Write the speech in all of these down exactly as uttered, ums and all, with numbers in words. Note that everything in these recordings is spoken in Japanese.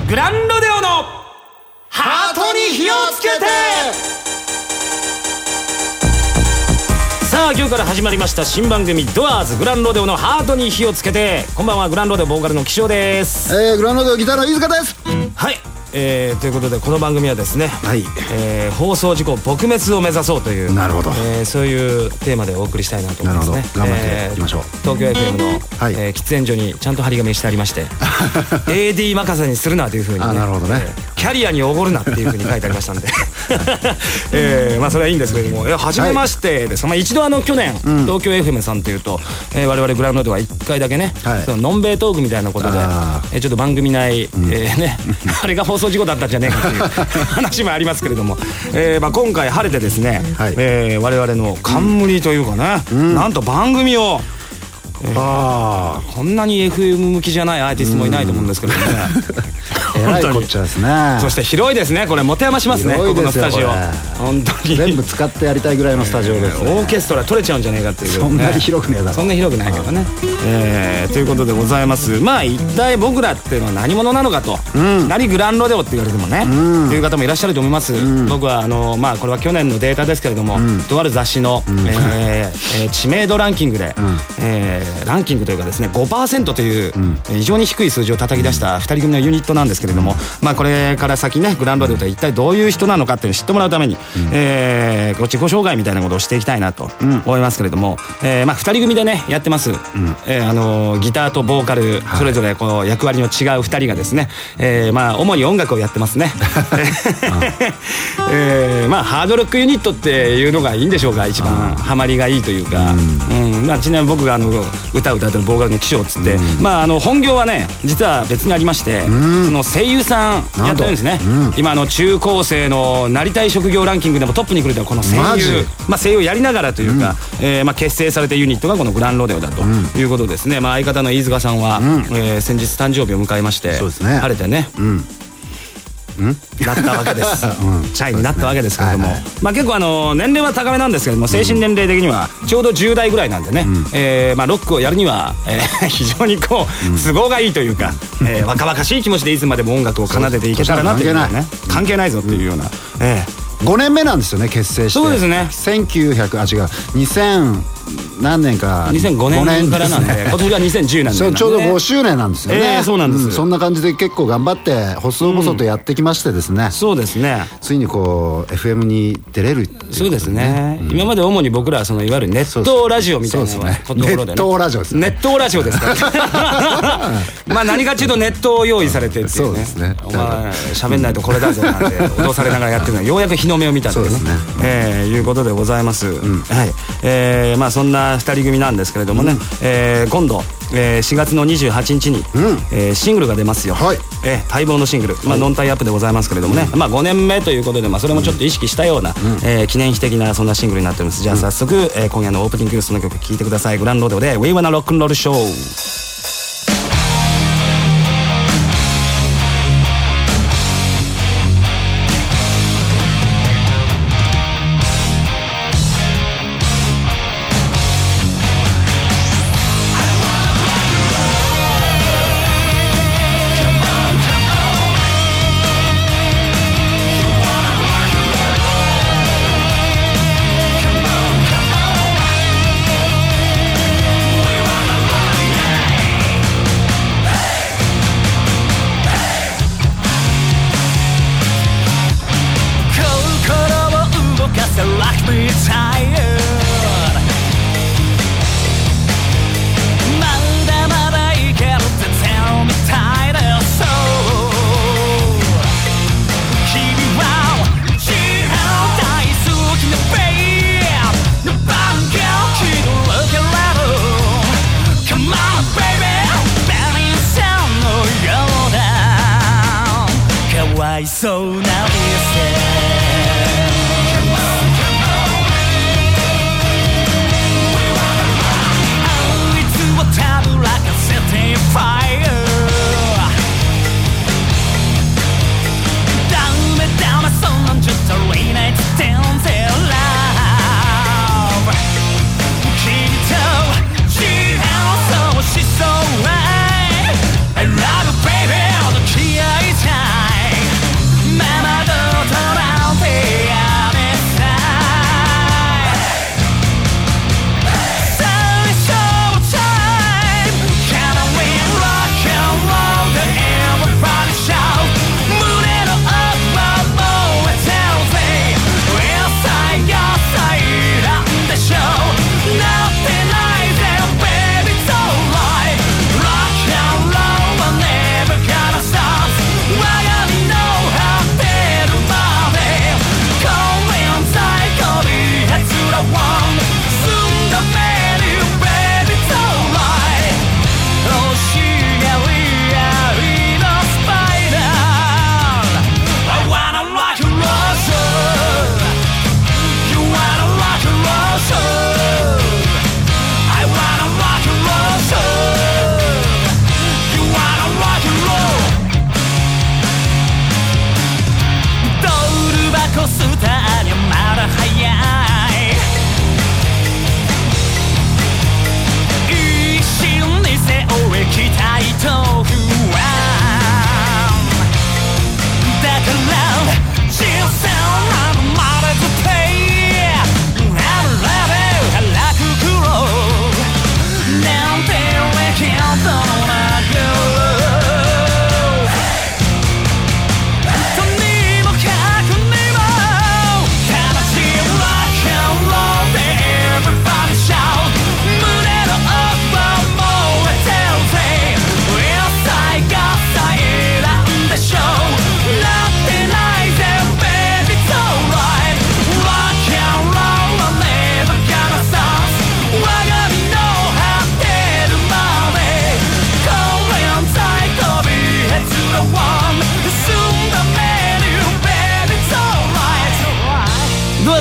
グランロデオのハートに火をつけて。さあ今日から始まりました新番組ドアーズグランロデオのハートに火をつけて。こんばんは、グランロデオボーカルの岸尾です。 えー、グランロデオギターの飯塚です。 はい、えー、ということでこの番組はですね、はい、えー、放送事故撲滅を目指そうという、なるほど、えー、そういうテーマでお送りしたいなと思いますね。 なるほど、頑張っていきましょう。 えー、東京 エフエム の、はい、えー、喫煙所にちゃんと張り紙してありましてエーディー 任せにするなというふうにね、 あ、なるほどね、 えー、キャリアにおごるなっていうふうに書いてありましたんでえー、まあそれはいいんですけれども、初めましてです、はい、まあ、一度あの去年、うん、東京 エフエム さんというと、えー、我々グランロデオはいっかいだけね、はい、そのノンベイトークみたいなことで、えー、ちょっと番組内、うん、えー、ねあれが放送事故だったんじゃねえかという話もありますけれども、えーまあ、今回晴れてですね、はい、えー、我々の冠というかね、うん、なんと番組を、えー、あこんなに エフエム 向きじゃないアーティストもいないと思うんですけどねえらいこっちゃですね。 そして広いですね、これ持て余しますね、ここのスタジオ。本当に全部使ってやりたいぐらいのスタジオです、ね、 オーケストラ取れちゃうんじゃねえかっていう、ね、 そんなに広くねえだろ。 そんな広くないけどね、えー、ということでございます。まあ一体僕らっていうのは何者なのかと、うん、何グランロデオって言われてもね、うん、いう方もいらっしゃると思います、うん、僕はあの、まあ、これは去年のデータですけれども、うん、とある雑誌の、うん、えーえー、知名度ランキングで、うん、えー、ランキングというかですね ごパーセント という、うん、非常に低い数字を叩き出したふたり組のユニットなんですけれども、まあこれから先ねグランロデオとは一体どういう人なのかっていうのを知ってもらうために、うん、えー、自己紹介みたいなことをしていきたいなと思いますけれども、うん、えー、まあふたり組でねやってます、うん、えー、あのー、ギターとボーカルそれぞれこう役割の違うふたりがですね、えー、まあ主に音楽をやってますねえー、まあハードロックユニットっていうのがいいんでしょうか、一番ハマりがいいというか、うんうん、まあ、ちなみに僕があの歌を歌ってるボーカルの気象っつって、うん、まああの本業はね実は別にありまして、うん、その声優さんやってるんですね、うん、今の中高生のなりたい職業ランキングでもトップに来るというこの声優、まあ、声優をやりながらというか、うん、えー、まあ結成されたユニットがこのグランロデオだということですね、まあ、相方の飯塚さんは、うん、えー、先日誕生日を迎えまして、そうですね、晴れてね、うん、なったわけです、うん、チャイになったわけですけれども、はいはい、まあ、結構あの年齢は高めなんですけれども精神年齢的にはちょうどじゅう代ぐらいなんでね、うん、えー、まあロックをやるには、えー、非常にこう都合がいいというか、うん、えー、若々しい気持ちでいつまでも音楽を奏でていけたらなっていうのはね、関係ないぞっていうような、えー、ごねんめなんですよね、結成して。 そうですね、 せんきゅうひゃくあ違うにせん何年かにせんごねんからなんで、今年がにせんじゅうなんで、 ちょうどごしゅうねんなんですよね。 えー、そうなんです、 うん、そんな感じで結構頑張って細々とやってきましてですね、うん、 そうですね、 ついにこう エフエム に出れるっていう、ね、 そうですね、うん、今まで主に僕らはそのいわゆるネットラジオみたいなところでね、 ネットラジオですね、 ネットラジオですからまあ何かちゅうとネットを用意されてっていうね、そうですね、お前喋んないとこれだぞなんて脅されながらやってるのはようやく日の目を見たというね、そうですね、えー、いうことでございます、うん、はい、えー、まあそんなふたり組なんですけれどもね、うん、えー、今度、えー、しがつのにじゅうはちにちに、うん、えー、シングルが出ますよ、はい、えー、待望のシングル、まあ、ノンタイアップでございますけれどもね、うん、まあごねんめということで、まあ、それもちょっと意識したような、うん、えー、記念碑的なそんなシングルになっております。じゃあ早速、えー、今夜のオープニングその曲聴いてください。グランロデオで We Wanna Rock and Roll Show。そうなI love you baby 気合いじゃ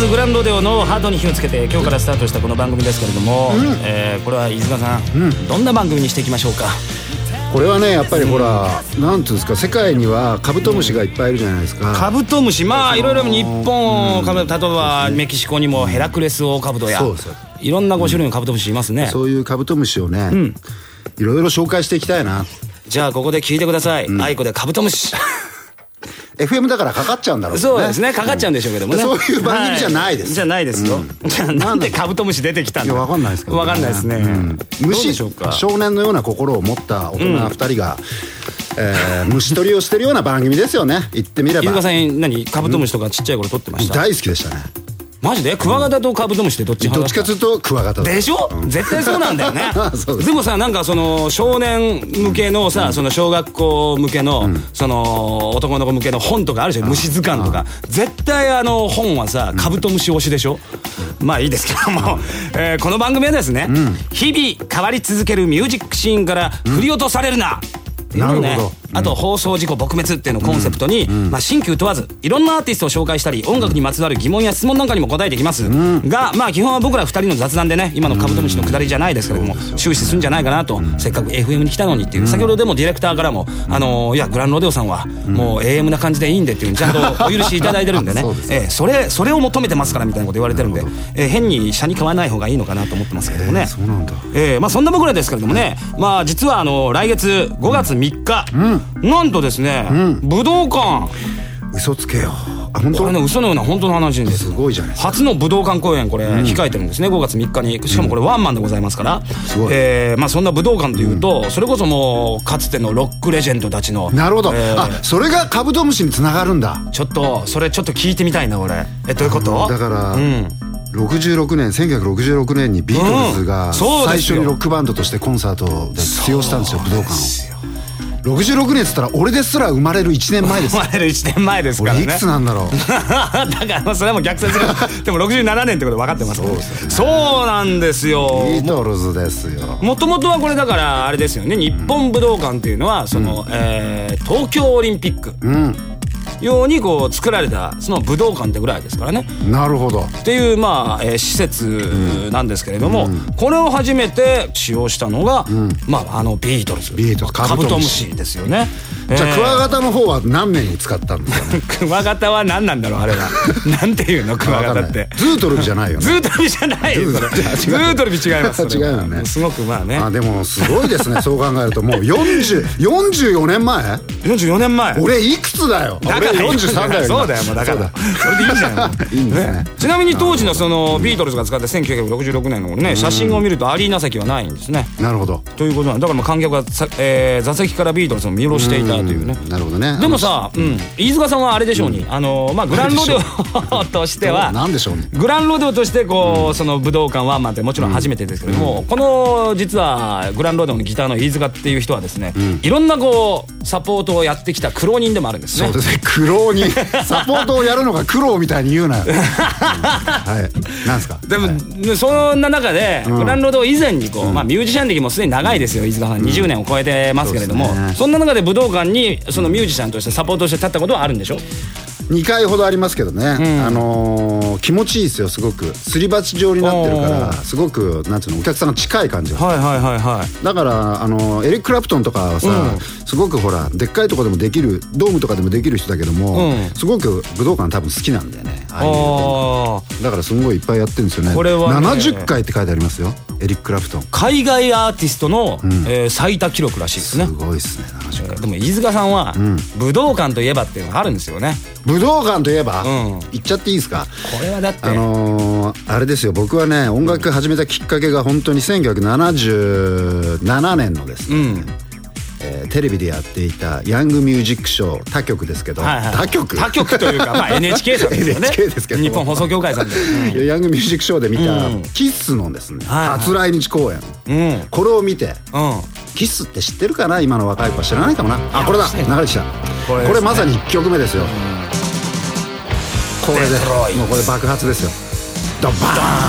ずグランロデオのハートに火をつけて今日からスタートしたこの番組ですけれども、うんえー、これは飯塚さん、うん、どんな番組にしていきましょうか。 これはねやっぱりほら、うん、なんていうんですか、世界にはカブトムシがいっぱいいるじゃないですか。 カブトムシ、まあいろいろ日本、うん、例えばメキシコにもヘラクレスオオカブトや、そうそういろんなご種類のカブトムシいますね、 うん、そういうカブトムシをね、うん、いろいろ紹介していきたいな。 じゃあここで聞いてください、うん、アイコでカブトムシエフエム だからかかっちゃうんだろうね。 そうですね、かかっちゃうんでしょうけどもね、 うん、そういう番組じゃないです、はい、 じゃないですよ、うん、じゃあなんでカブトムシ出てきたんだ。 いや分かんないですけど、ね、 分かんないですね、うん、 虫少年のような心を持った大人ふたりが、うんえー、虫取りをしてるような番組ですよね、言ってみれば。 飯塚さん何カブトムシとかちっちゃい頃取ってました？ 大好きでしたね。 マジでクワガタとカブトムシってどっち派だった？ どっちかというとクワガタでしょ、うん、絶対そうなんだよねで, でもさ、なんかその少年向けのさ、うん、その小学校向けの、うん、その男の子向けの本とかあるじゃん、虫図鑑とか。絶対あの本はさカブトムシ推しでしょ、うん、まあいいですけども、うんえー、この番組はですね、うん、日々変わり続けるミュージックシーンから振り落とされるな、うん、なるほど、うん、あと放送事故撲滅っていうのをコンセプトに、うんまあ、新旧問わずいろんなアーティストを紹介したり音楽にまつわる疑問や質問なんかにも答えていきます、うん、がまあ基本は僕らふたりの雑談でね、今のカブトムシの下りじゃないですけれども、うん、終始するんじゃないかなと、うん、せっかく エフエム に来たのにっていう、うん、先ほどでもディレクターからも、うん、あのー、いやグランロデオさんはもう エーエム な感じでいいんでっていうちゃんとお許しいただいてるんでねそ, えー、そ, れそれを求めてますからみたいなこと言われてるんで、えー、変に車に買わない方がいいのかなと思ってますけどもね、えー、そうなんだ、えーまあ、そんな僕らですけれどもね、まあ実はあの来月ごがつみっか、うん、なんとですね、うん、武道館。 嘘つけよ。あ、本当？ これね、嘘のような本当の話です。 すごいじゃないですか。 初の武道館公演これ、うん、控えてるんですね、ごがつみっかに。しかもこれワンマンでございますから、うん、すごい、えー、まあそんな武道館というと、うん、それこそもうかつてのロックレジェンドたちの。 なるほど、えー、あ、それがカブトムシにつながるんだ。 ちょっとそれちょっと聞いてみたいな俺。え、どういうこと？ だから、うんろくじゅうろくねんせんきゅうひゃくろくじゅうろくねんにビートルズが最初にロックバンドとしてコンサートで出場したんですよ、武道館を。ろくじゅうろくねんっつったら俺ですら生まれるいちねんまえです。 生まれるいちねんまえですからね。 俺いくつなんだろうだからそれも逆算するでもろくじゅうななねんってこと分かってますから、ね、そうですね、そうなんですよ、 ビートルズですよ。 もともとはこれだからあれですよね、日本武道館っていうのはその、うんえー、東京オリンピック、うんようにこう作られたその武道館ってぐらいですからね。 なるほど。 っていうまあ、えー、施設なんですけれども、うん、これを初めて使用したのが、うん、まああのビートルズ、 ビートルズカブトムシですよね。 じゃあ、えー、クワガタの方は何年に使ったんですかねクワガタは何なんだろうあれはなんていうのクワガタってズートルビじゃないよね。 ズートルビじゃないよ。ズートルビ違います。 違うよね。 すごくまあね。 あ、でもすごいですねそう考えるともうよんじゅう、よんじゅうよねんまえよんじゅうよねんまえ俺いくつだよ。 だから俺よんじゅうさんだよ。 そうだよ、もうだからそれでいいじゃんいいんですね。ちなみに当時のそのビートルズが使ったせんきゅうひゃくろくじゅうろくねんのね写真を見るとアリーナ席はないんですね。 なるほど。 ということなんだからまあ観客が、えー、座席からビートルズを見下ろしていたというね。 なるほどね。 でもさ、うん、飯塚さんはあれでしょうに、あのまあグランロデオとしてはなんでしょうね。 グランロデオとしてこうその武道館ワンマンってもちろん初めてですけれども、この実はグランロデオのギターの飯塚っていう人はですね、いろんなこうサポートをやってきた苦労人でもあるんですね。 そうですね、苦労人サポートをやるのが苦労みたいに言うなよはいなんですか。 でも、はい、そんな中で、うん、グランロデオ以前にこう、うんまあ、ミュージシャン歴もすでに長いですよ飯塚さん、うん、にじゅうねんを超えてますけれども、 そ, ね、そんな中で武道館にそのミュージシャンとしてサポートして立ったことはあるんでしょ。 にかいほどありますけどね、うんあのー、気持ちいいですよ。すごくすり鉢状になってるからすごくなんていうのお客さんが近い感じが、 はいはいはいはい、 だからあのー、エリック・クラプトンとかはさ、うん、すごくほらでっかいとこでもできるドームとかでもできる人だけども、うん、すごく武道館多分好きなんだよね。ああいうだからすごいいっぱいやってるんですよね。これはねななじゅっかいって書いてありますよエリック・クラプトン。 海外アーティストの、うんえー、最多記録らしいですね。 すごいですねななじゅっかい、 えー、でも飯塚さんは、うん、武道館といえばっていうのがあるんですよね。 武道館といえば、うん、言っちゃっていいですか。 これはだってあのー、あれですよ。僕はね音楽始めたきっかけが本当にせんきゅうひゃくななじゅうななねんのですね、うんえー、テレビでやっていたヤングミュージックショー他局ですけど、はいはい、他局他局というか、まあ、エヌエイチケー さんですよねエヌエイチケー ですけど日本放送協会さんで、 うん、ヤングミュージックショーで見た、うん、キッスのですね、はいはい、初来日公演、うん、これを見て、うん、キッスって知ってるかな今の若い子は知らないかもな。あこれだ流れてきたこれ、ね、これまさにいっきょくめですよ、うん、これでもうこれ爆発ですよ。ドバ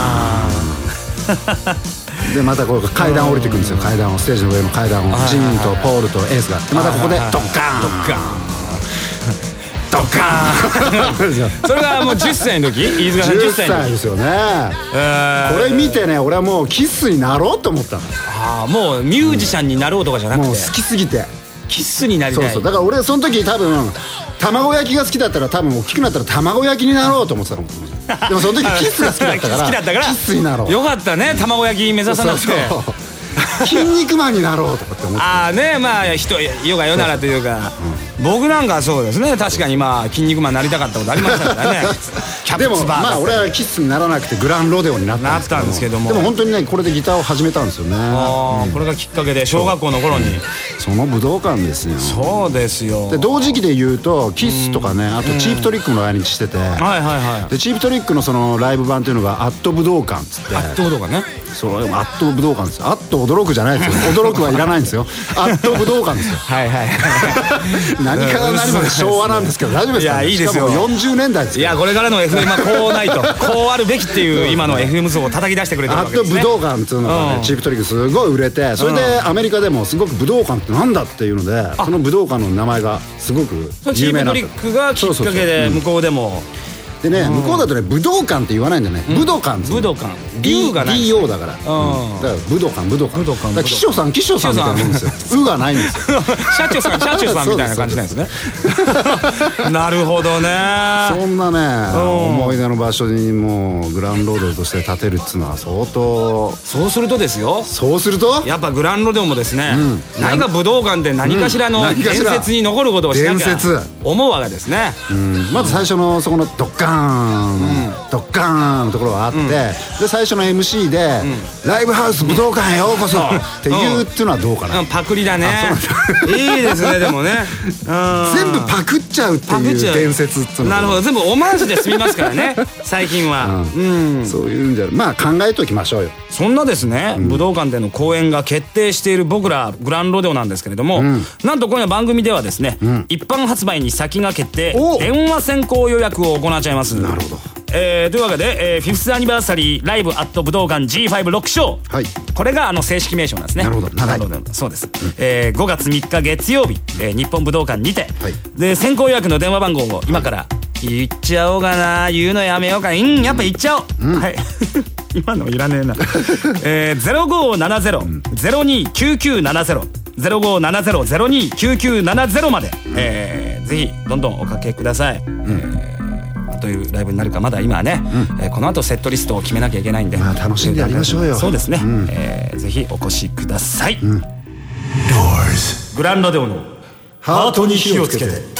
ーンでまたこう階段降りてくるんですよ。階段をステージの上の階段をジンとポールとエースがまたここでドッカーンドッカーンドッカーンそれがもうじゅっさいの時、飯塚さんじゅっさいの時じゅっさいですよね、えー、これ見てね俺はもうキッスになろうと思ったの。 ああもうミュージシャンになろうとかじゃなくて、 もう好きすぎてキッスになりたい。 そうそう、だから俺その時多分卵焼きが好きだったら多分大きくなったら卵焼きになろうと思ってたのでもその時キッスが好きだったから好きだったからキッスになろう。 よかったね、卵焼き目指さなくて。そうそう筋肉マンになろうとかって思って。 ああね、まあ人世が世ならというか、うん、僕なんかそうですね、確かにまあ筋肉マンになりたかったことありましたからねキャプツバーでもまあ俺はキッスにならなくてグランロデオになったんですけども、でも本当にねこれでギターを始めたんですよね。 あ、うん、これがきっかけで小学校の頃にそ, その武道館ですよ。 そうですよ。 で同時期で言うとキッスとかね、あとチープトリックも来日してて、はいはいはい。 でチープトリックのそのライブ版っていうのがアット武道館っつって。 アット武道館ね。 そう、アット武道館ですよ。アット驚くじゃないですよ。驚くはいらないんですよ。アット武道館ですよ。 はいはい何から何まで昭和なんですけど大丈夫ですか、ね、 いやいいですよ。 しかもよんじゅうねんだいですよ。 いやこれからの エフエム はこうないとこうあるべきっていう今の エフエム 像を叩き出してくれてるわけですね。 アット武道館っていうのがね、うん、チープトリックすごい売れて、それでアメリカでもすごく武道館ってなんだっていうので、その武道館の名前がすごく有名なった。 チープトリックがきっかけで向こうでもでね、向こうだとね武道館って言わないんだよね、武道館。 武道館 D がない ディーオー だから、だから武道館武道館だから岸尾さん岸尾さんみたいなもんですよ。うがないんですよ。 社長さん社長さんみたいな感じなんですね。なるほどね。 そんなね思い出の場所にもうグランロードとして建てるっつうのは相当。 そうするとですよ、 そうするとやっぱグランロードもですね、何か武道館で何かしらの伝説に残ることをしなきゃ思うわけですね。 まず最初のそこのドッカーンドッカーンのところがあって、で最初の エムシー で「ライブハウス武道館へようこそ」って言うっていうのはどうかな。 パクリだね。いいですね。でもね全部パクっちゃうっていう伝説っつうの。 なるほど、全部オマージュで済みますからね最近は。 そういうんじゃまあ考えときましょうよ。 そんなですね武道館での公演が決定している僕らグランロデオなんですけれども、なんと今夜番組ではですね一般発売に先駆けて電話先行予約を行っちゃいます。 なるほど。 えー、というわけで、えー、フィフスアニバーサリーライブアット武道館 ジーファイブろく 章、はい、これがあの正式名称なんですね。 なるほど。 なるほど。そうです、うん、えー、ごがつみっか月曜日、えー、日本武道館にて、はい、で先行予約の電話番号を今から言っちゃおうかな、言うのやめようかな、うんやっぱ言っちゃおう、うん、はい今のいらねえなえー、ゼロごーななゼロ ゼロにーきゅうきゅうななゼロ ゼロごーななゼロ ゼロにーきゅうきゅうななゼロまで、えー、ぜひどんどんおかけください、うんえーというライブになるかまだ今はね、うんえー、この後セットリストを決めなきゃいけないんで、 まあ、楽しんでやりましょうよ。 そうですね、うんえー、ぜひお越しください、うん、グランロデオのハートに火をつけて。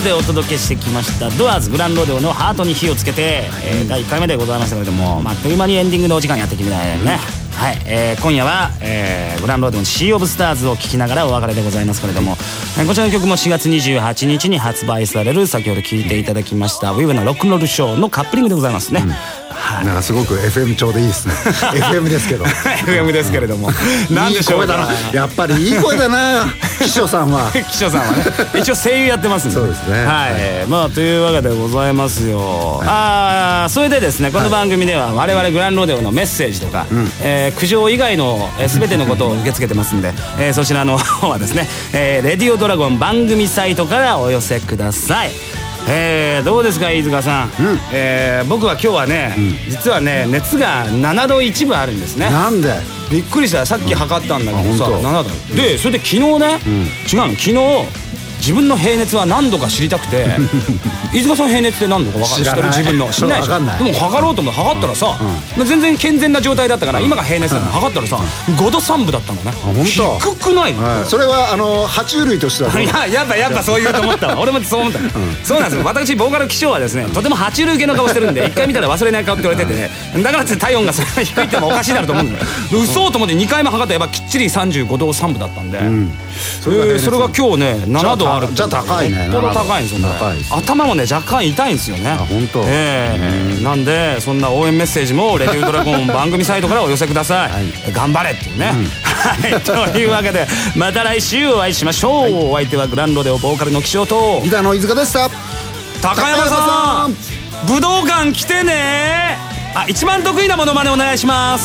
でお届けしてきましたドアーズグランロデオのハートに火をつけて、えー、だいいっかいめでございましたけれども、まあ、あっという間にエンディングのお時間やってきみたいなね、はい、えー、今夜は、えー、グランロードのシー・オブ・スターズを聴きながらお別れでございますけれども、えー、こちらの曲もしがつにじゅうはちにちに発売される先ほど聴いていただきましたウィブのロックンロールショーのカップリングでございますね、うん、はい、 なんかすごく エフエム 調でいいですねエフエム ですけどエフエム ですけれども、うん、なんでしょうか、いい声だな、やっぱりいい声だな騎手さんは騎手さんはね一応声優やってますんで、 そうですね、 はい、はい、まあというわけでございますよ、はい、あそれでですね、この番組では我々グランロデオのメッセージとか、はい、えー、苦情以外の、えー、全てのことを受け付けてますんで、えー、そちらの方はですね、えー、レディオドラゴン番組サイトからお寄せください。えー、どうですか飯塚さん、うん、えー、僕は今日はね、うん、実はね熱がななどいちぶあるんですね。 なんでびっくりした、さっき測ったんだけどさ、うん、ななどで、それで昨日ね、うん、違うの、昨日自分の平熱は何度か知りたくて飯塚さん平熱って何度か分かる？知らない。自分の知らないでしょ。でも測ろうと思って測ったらさ、うん、全然健全な状態だったから、今が平熱なの、測ったらさごどさんぶだったのね。 本当低くない？ はい、それはあの爬虫類としてはいややっぱやっぱそう言うと思ったわ俺もそう思った、うん、そうなんですよ。私ボーカル気象はですね、とても爬虫類系の顔してるんで、一回見たら忘れない顔って言われててね、だからって体温がそれが低いってもおかしいだろうと思うんだよ嘘と思ってにかいめ測ったらやっぱきっちりさんじゅうごどさんぶだったんで、うん、それが今日ねななどある。 じゃあ高いね。 本当高いんですよね。頭もね若干痛いんですよね。 あ、本当。 ええ、なんでそんな応援メッセージもレディオドラゴン番組サイトからお寄せください、はい、頑張れっていうね、うん、はい、というわけでまた来週お会いしましょう、はい、お相手はグランロデオボーカルの岸尾とギターの飯塚でした。 高山さん武道館来てね。あ、一番得意なモノマネお願いします。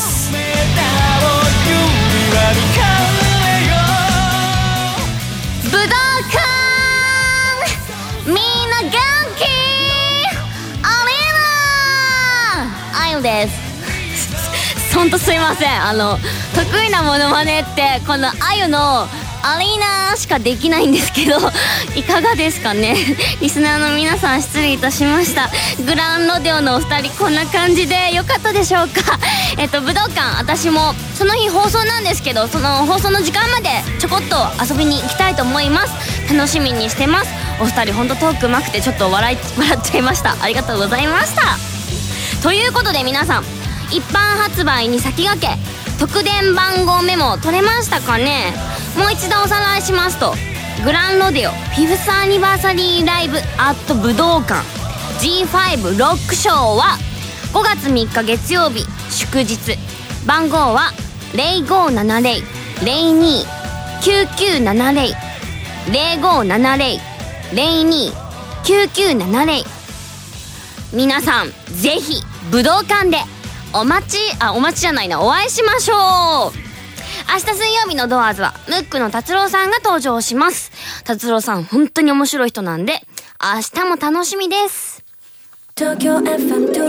武道館みんな元気アリーナあゆですほんとすいません、あの得意なモノマネってこのあゆのアリーナしかできないんですけどいかがですかねリスナーの皆さん失礼いたしました。グランロデオのお二人こんな感じでよかったでしょうかえっと武道館、私もその日放送なんですけど、その放送の時間までちょこっと遊びに行きたいと思います。楽しみにしてます。お二人ほんとトークうまくてちょっと笑い笑っちゃいました。ありがとうございました。ということで皆さん、一般発売に先駆け特典番号メモ取れましたかね。もう一度おさらいしますと、グランロデオフィフスアニバーサリーライブアット武道館 ジーファイブ ロックショーはごがつみっか月曜日祝日、番号は ゼロごななゼロ ゼロに きゅうきゅうななゼロ ゼロごななゼロ ゼロに きゅうきゅうななゼロ。皆さんぜひ武道館でお待ちあお待ちじゃないなお会いしましょう。明日水曜日のドアーズはムックの達郎さんが登場します。達郎さん本当に面白い人なんで明日も楽しみです。東京 エフエム